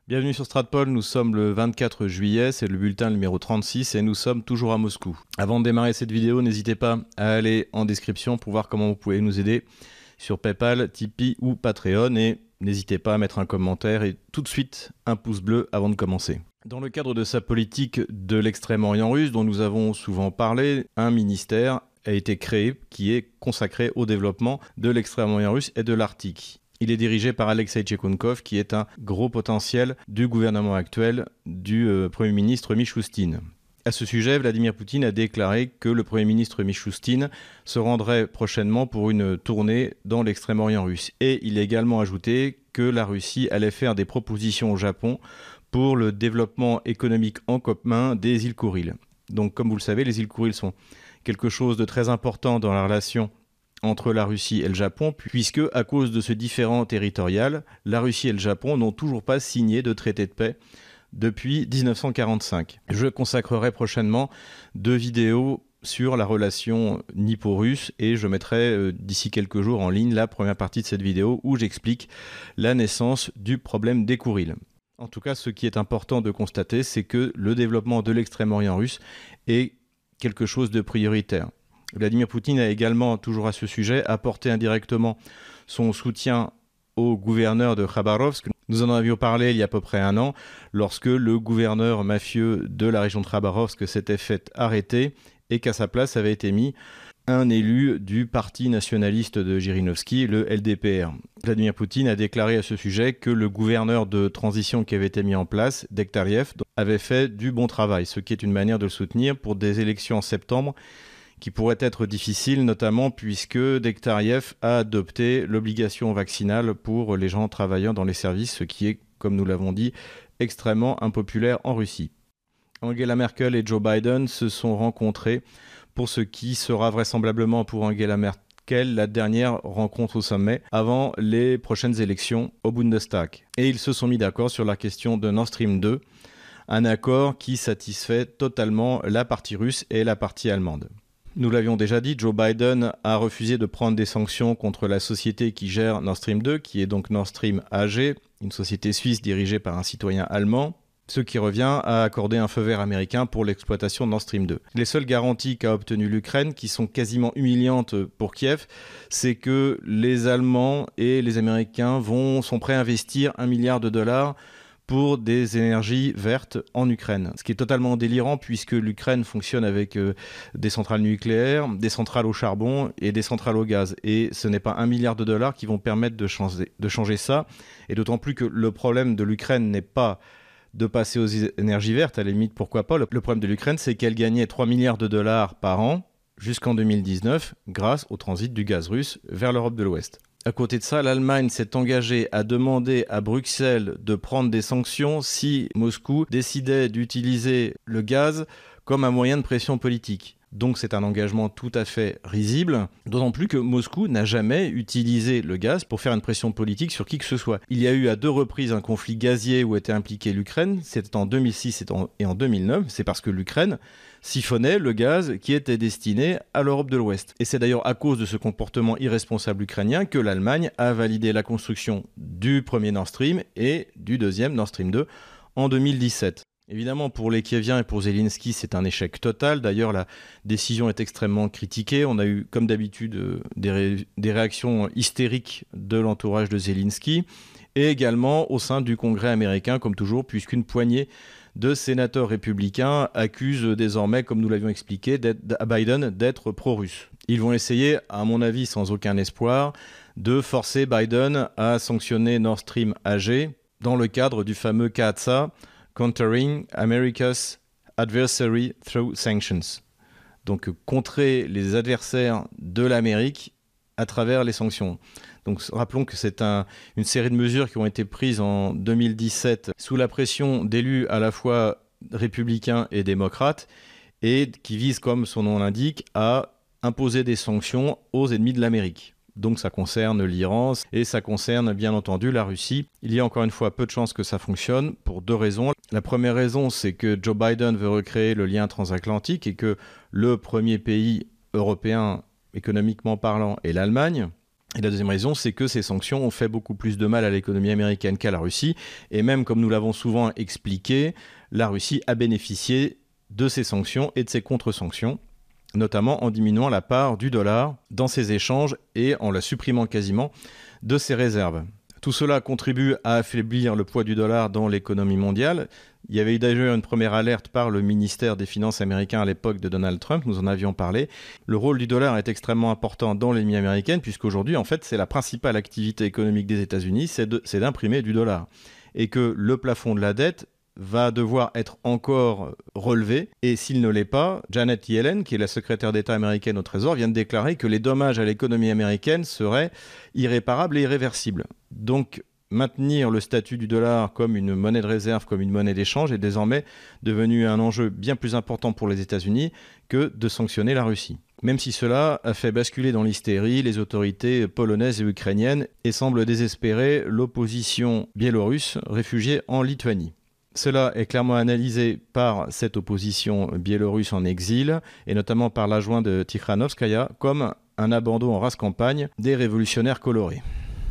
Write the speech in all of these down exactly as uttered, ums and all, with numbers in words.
Bienvenue sur Stratpol, nous sommes le vingt-quatre juillet, c'est le bulletin numéro trente-six et nous sommes toujours à Moscou. Avant de démarrer cette vidéo, n'hésitez pas à aller en description pour voir comment vous pouvez nous aider sur PayPal, Tipeee ou Patreon et n'hésitez pas à mettre un commentaire et tout de suite un pouce bleu avant de commencer. Dans le cadre de sa politique de l'extrême-orient russe dont nous avons souvent parlé, un ministère a été créé qui est consacré au développement de l'extrême-orient russe et de l'Arctique. Il est dirigé par Alexei Tchekounkov, qui est un gros potentiel du gouvernement actuel du euh, Premier ministre Mishustin. À ce sujet, Vladimir Poutine a déclaré que le Premier ministre Mishustin se rendrait prochainement pour une tournée dans l'extrême-orient russe. Et il a également ajouté que la Russie allait faire des propositions au Japon pour le développement économique en commun des îles Kouriles. Donc, comme vous le savez, les îles Kouriles sont quelque chose de très important dans la relation entre la Russie et le Japon, puisque, à cause de ce différend territorial, la Russie et le Japon n'ont toujours pas signé de traité de paix depuis dix-neuf cent quarante-cinq. Je consacrerai prochainement deux vidéos sur la relation nippo-russe et je mettrai euh, d'ici quelques jours en ligne la première partie de cette vidéo où j'explique la naissance du problème des Kouriles. En tout cas, ce qui est important de constater, c'est que le développement de l'extrême-orient russe est quelque chose de prioritaire. Vladimir Poutine a également, toujours à ce sujet, apporté indirectement son soutien au gouverneur de Khabarovsk. Nous en avions parlé il y a à peu près un an, lorsque le gouverneur mafieux de la région de Khabarovsk s'était fait arrêter et qu'à sa place avait été mis un élu du parti nationaliste de Zhirinovsky, le L D P R. Vladimir Poutine a déclaré à ce sujet que le gouverneur de transition qui avait été mis en place, Dektariev, avait fait du bon travail, ce qui est une manière de le soutenir pour des élections en septembre qui pourrait être difficile, notamment puisque Dektariev a adopté l'obligation vaccinale pour les gens travaillant dans les services, ce qui est, comme nous l'avons dit, extrêmement impopulaire en Russie. Angela Merkel et Joe Biden se sont rencontrés pour ce qui sera vraisemblablement pour Angela Merkel la dernière rencontre au sommet avant les prochaines élections au Bundestag. Et ils se sont mis d'accord sur la question de Nord Stream deux, un accord qui satisfait totalement la partie russe et la partie allemande. Nous l'avions déjà dit, Joe Biden a refusé de prendre des sanctions contre la société qui gère Nord Stream deux, qui est donc Nord Stream A G, une société suisse dirigée par un citoyen allemand, ce qui revient à accorder un feu vert américain pour l'exploitation de Nord Stream deux. Les seules garanties qu'a obtenues l'Ukraine, qui sont quasiment humiliantes pour Kiev, c'est que les Allemands et les Américains vont, sont prêts à investir un milliard de dollars pour des énergies vertes en Ukraine. Ce qui est totalement délirant puisque l'Ukraine fonctionne avec euh, des centrales nucléaires, des centrales au charbon et des centrales au gaz. Et ce n'est pas un milliard de dollars qui vont permettre de changer, de changer ça. Et d'autant plus que le problème de l'Ukraine n'est pas de passer aux énergies vertes, à la limite pourquoi pas. Le, le problème de l'Ukraine, c'est qu'elle gagnait trois milliards de dollars par an jusqu'en deux mille dix-neuf grâce au transit du gaz russe vers l'Europe de l'Ouest. À côté de ça, l'Allemagne s'est engagée à demander à Bruxelles de prendre des sanctions si Moscou décidait d'utiliser le gaz comme un moyen de pression politique. Donc c'est un engagement tout à fait risible, d'autant plus que Moscou n'a jamais utilisé le gaz pour faire une pression politique sur qui que ce soit. Il y a eu à deux reprises un conflit gazier où était impliquée l'Ukraine, c'était en deux mille six et en deux mille neuf, c'est parce que l'Ukraine siphonnait le gaz qui était destiné à l'Europe de l'Ouest. Et c'est d'ailleurs à cause de ce comportement irresponsable ukrainien que l'Allemagne a validé la construction du premier Nord Stream et du deuxième Nord Stream deux en deux mille dix-sept. Évidemment, pour les Kieviens et pour Zelensky, c'est un échec total. D'ailleurs, la décision est extrêmement critiquée. On a eu, comme d'habitude, des, ré- des réactions hystériques de l'entourage de Zelensky et également au sein du Congrès américain, comme toujours, puisqu'une poignée de sénateurs républicains accusent désormais, comme nous l'avions expliqué, à Biden d'être pro-russe. Ils vont essayer, à mon avis sans aucun espoir, de forcer Biden à sanctionner Nord Stream A G dans le cadre du fameux C A A T S A, Countering America's Adversary Through Sanctions. Donc contrer les adversaires de l'Amérique à travers les sanctions. Donc rappelons que c'est un, une série de mesures qui ont été prises en deux mille dix-sept sous la pression d'élus à la fois républicains et démocrates et qui visent, comme son nom l'indique, à imposer des sanctions aux ennemis de l'Amérique. Donc ça concerne l'Iran et ça concerne bien entendu la Russie. Il y a encore une fois peu de chances que ça fonctionne pour deux raisons. La première raison, c'est que Joe Biden veut recréer le lien transatlantique et que le premier pays européen économiquement parlant est l'Allemagne. Et la deuxième raison, c'est que ces sanctions ont fait beaucoup plus de mal à l'économie américaine qu'à la Russie. Et même, comme nous l'avons souvent expliqué, la Russie a bénéficié de ces sanctions et de ces contre-sanctions, notamment en diminuant la part du dollar dans ses échanges et en la supprimant quasiment de ses réserves. Tout cela contribue à affaiblir le poids du dollar dans l'économie mondiale. Il y avait eu d'ailleurs une première alerte par le ministère des Finances américain à l'époque de Donald Trump, nous en avions parlé. Le rôle du dollar est extrêmement important dans l'économie américaine, puisqu'aujourd'hui, en fait, c'est la principale activité économique des États-Unis, c'est, de, c'est d'imprimer du dollar. Et que le plafond de la dette va devoir être encore relevé. Et s'il ne l'est pas, Janet Yellen, qui est la secrétaire d'État américaine au Trésor, vient de déclarer que les dommages à l'économie américaine seraient irréparables et irréversibles. Donc, maintenir le statut du dollar comme une monnaie de réserve, comme une monnaie d'échange, est désormais devenu un enjeu bien plus important pour les États-Unis que de sanctionner la Russie. Même si cela a fait basculer dans l'hystérie les autorités polonaises et ukrainiennes et semble désespérer l'opposition biélorusse réfugiée en Lituanie. Cela est clairement analysé par cette opposition biélorusse en exil, et notamment par l'adjoint de Tikhanovskaya, comme un abandon en race campagne des révolutionnaires colorés.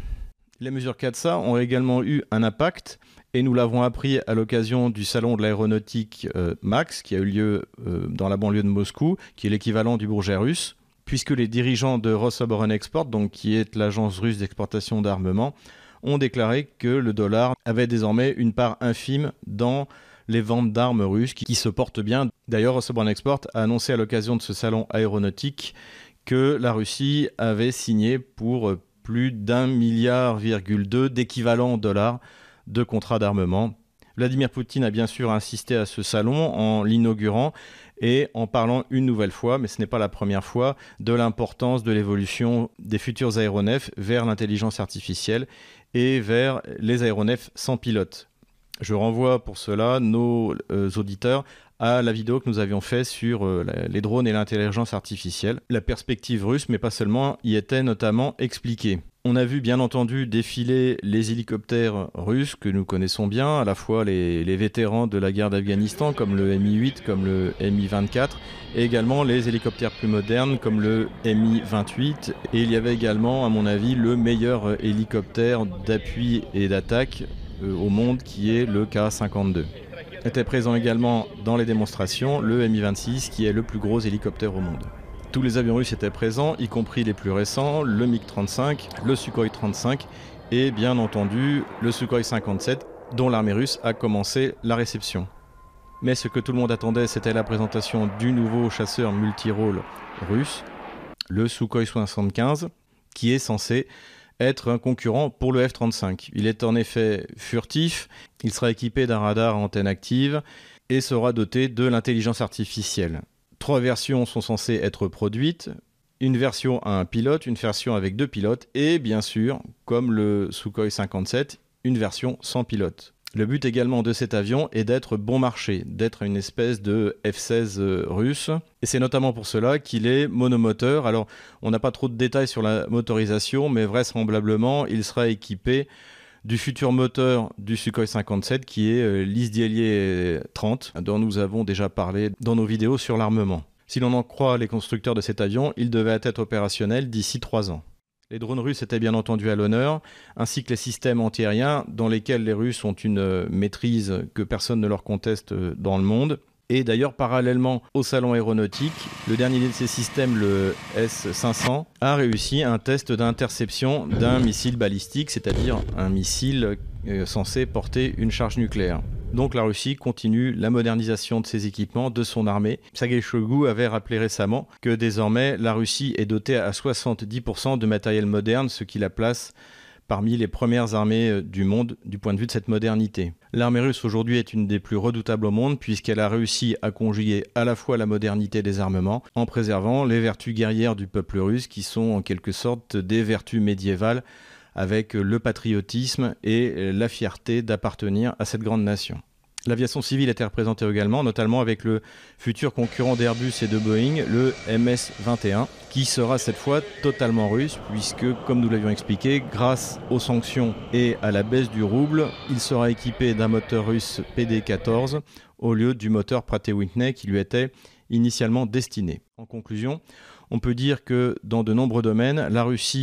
Les mesures C A D S A ont également eu un impact, et nous l'avons appris à l'occasion du salon de l'aéronautique euh, MAX, qui a eu lieu euh, dans la banlieue de Moscou, qui est l'équivalent du Bourget russe, puisque les dirigeants de Rosoboronexport, donc qui est l'agence russe d'exportation d'armement, ont déclaré que le dollar avait désormais une part infime dans les ventes d'armes russes qui, qui se portent bien. D'ailleurs, Rosoboronexport a annoncé à l'occasion de ce salon aéronautique que la Russie avait signé pour plus d'un milliard virgule deux d'équivalent dollars de contrats d'armement. Vladimir Poutine a bien sûr insisté à ce salon en l'inaugurant et en parlant une nouvelle fois, mais ce n'est pas la première fois, de l'importance de l'évolution des futurs aéronefs vers l'intelligence artificielle et vers les aéronefs sans pilote. Je renvoie pour cela nos euh, auditeurs à la vidéo que nous avions faite sur euh, les drones et l'intelligence artificielle. La perspective russe, mais pas seulement, y était notamment expliquée. On a vu bien entendu défiler les hélicoptères russes que nous connaissons bien, à la fois les, les vétérans de la guerre d'Afghanistan comme le M I huit, comme le M I vingt-quatre, et également les hélicoptères plus modernes comme le M I vingt-huit. Et il y avait également, à mon avis, le meilleur hélicoptère d'appui et d'attaque euh, au monde qui est le K cinquante-deux. Était présent également dans les démonstrations le M I vingt-six qui est le plus gros hélicoptère au monde. Tous les avions russes étaient présents, y compris les plus récents, le MiG trente-cinq, le Sukhoi trente-cinq et bien entendu le Sukhoi cinquante-sept dont l'armée russe a commencé la réception. Mais ce que tout le monde attendait, c'était la présentation du nouveau chasseur multirôle russe, le Sukhoi soixante-quinze, qui est censé être un concurrent pour le F trente-cinq. Il est en effet furtif, il sera équipé d'un radar à antenne active et sera doté de l'intelligence artificielle. Trois versions sont censées être produites, une version à un pilote, une version avec deux pilotes et bien sûr, comme le Sukhoi cinquante-sept, une version sans pilote. Le but également de cet avion est d'être bon marché, d'être une espèce de F seize russe. Et c'est notamment pour cela qu'il est monomoteur. Alors, on n'a pas trop de détails sur la motorisation, mais vraisemblablement, il sera équipé du futur moteur du Sukhoi cinquante-sept qui est l'Isdielier trente, dont nous avons déjà parlé dans nos vidéos sur l'armement. Si l'on en croit les constructeurs de cet avion, il devait être opérationnel d'ici trois ans. Les drones russes étaient bien entendu à l'honneur, ainsi que les systèmes antiaériens dans lesquels les Russes ont une maîtrise que personne ne leur conteste dans le monde. Et d'ailleurs, parallèlement au salon aéronautique, le dernier de ces systèmes, le S cinq cents, a réussi un test d'interception d'un missile balistique, c'est-à-dire un missile euh, censé porter une charge nucléaire. Donc la Russie continue la modernisation de ses équipements, de son armée. Sergei Shoigu avait rappelé récemment que désormais la Russie est dotée à soixante-dix pour cent de matériel moderne, ce qui la place parmi les premières armées du monde du point de vue de cette modernité. L'armée russe aujourd'hui est une des plus redoutables au monde puisqu'elle a réussi à conjuguer à la fois la modernité des armements en préservant les vertus guerrières du peuple russe qui sont en quelque sorte des vertus médiévales avec le patriotisme et la fierté d'appartenir à cette grande nation. L'aviation civile était représentée également, notamment avec le futur concurrent d'Airbus et de Boeing, le M S vingt et un, qui sera cette fois totalement russe, puisque, comme nous l'avions expliqué, grâce aux sanctions et à la baisse du rouble, il sera équipé d'un moteur russe P D quatorze au lieu du moteur Pratt et Whitney qui lui était initialement destiné. En conclusion, on peut dire que dans de nombreux domaines, la Russie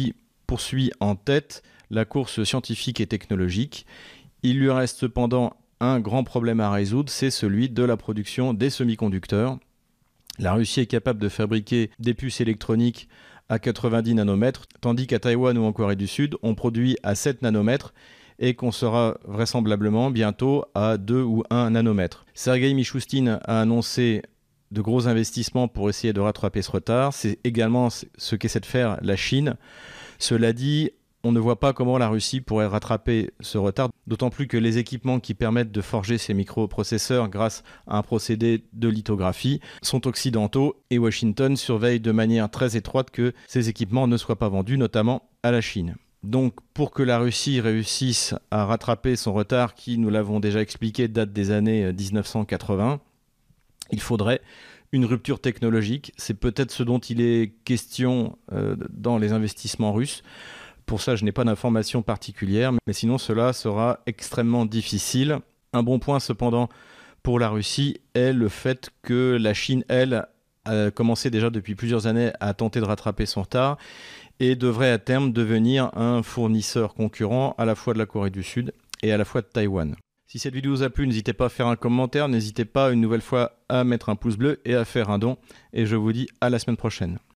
poursuit en tête la course scientifique et technologique. Il lui reste cependant un grand problème à résoudre, c'est celui de la production des semi-conducteurs. La Russie est capable de fabriquer des puces électroniques à quatre-vingt-dix nanomètres, tandis qu'à Taïwan ou en Corée du Sud, on produit à sept nanomètres et qu'on sera vraisemblablement bientôt à deux ou un nanomètre. Sergei Michoustine a annoncé de gros investissements pour essayer de rattraper ce retard. C'est également ce qu'essaie de faire la Chine. Cela dit, on ne voit pas comment la Russie pourrait rattraper ce retard, d'autant plus que les équipements qui permettent de forger ces microprocesseurs grâce à un procédé de lithographie sont occidentaux et Washington surveille de manière très étroite que ces équipements ne soient pas vendus, notamment à la Chine. Donc pour que la Russie réussisse à rattraper son retard qui, nous l'avons déjà expliqué, date des années dix-neuf cent quatre-vingts, il faudrait une rupture technologique. C'est peut-être ce dont il est question euh, dans les investissements russes. Pour ça, je n'ai pas d'informations particulières, mais sinon cela sera extrêmement difficile. Un bon point cependant pour la Russie est le fait que la Chine, elle, a commencé déjà depuis plusieurs années à tenter de rattraper son retard et devrait à terme devenir un fournisseur concurrent à la fois de la Corée du Sud et à la fois de Taïwan. Si cette vidéo vous a plu, n'hésitez pas à faire un commentaire, n'hésitez pas une nouvelle fois à mettre un pouce bleu et à faire un don. Et je vous dis à la semaine prochaine.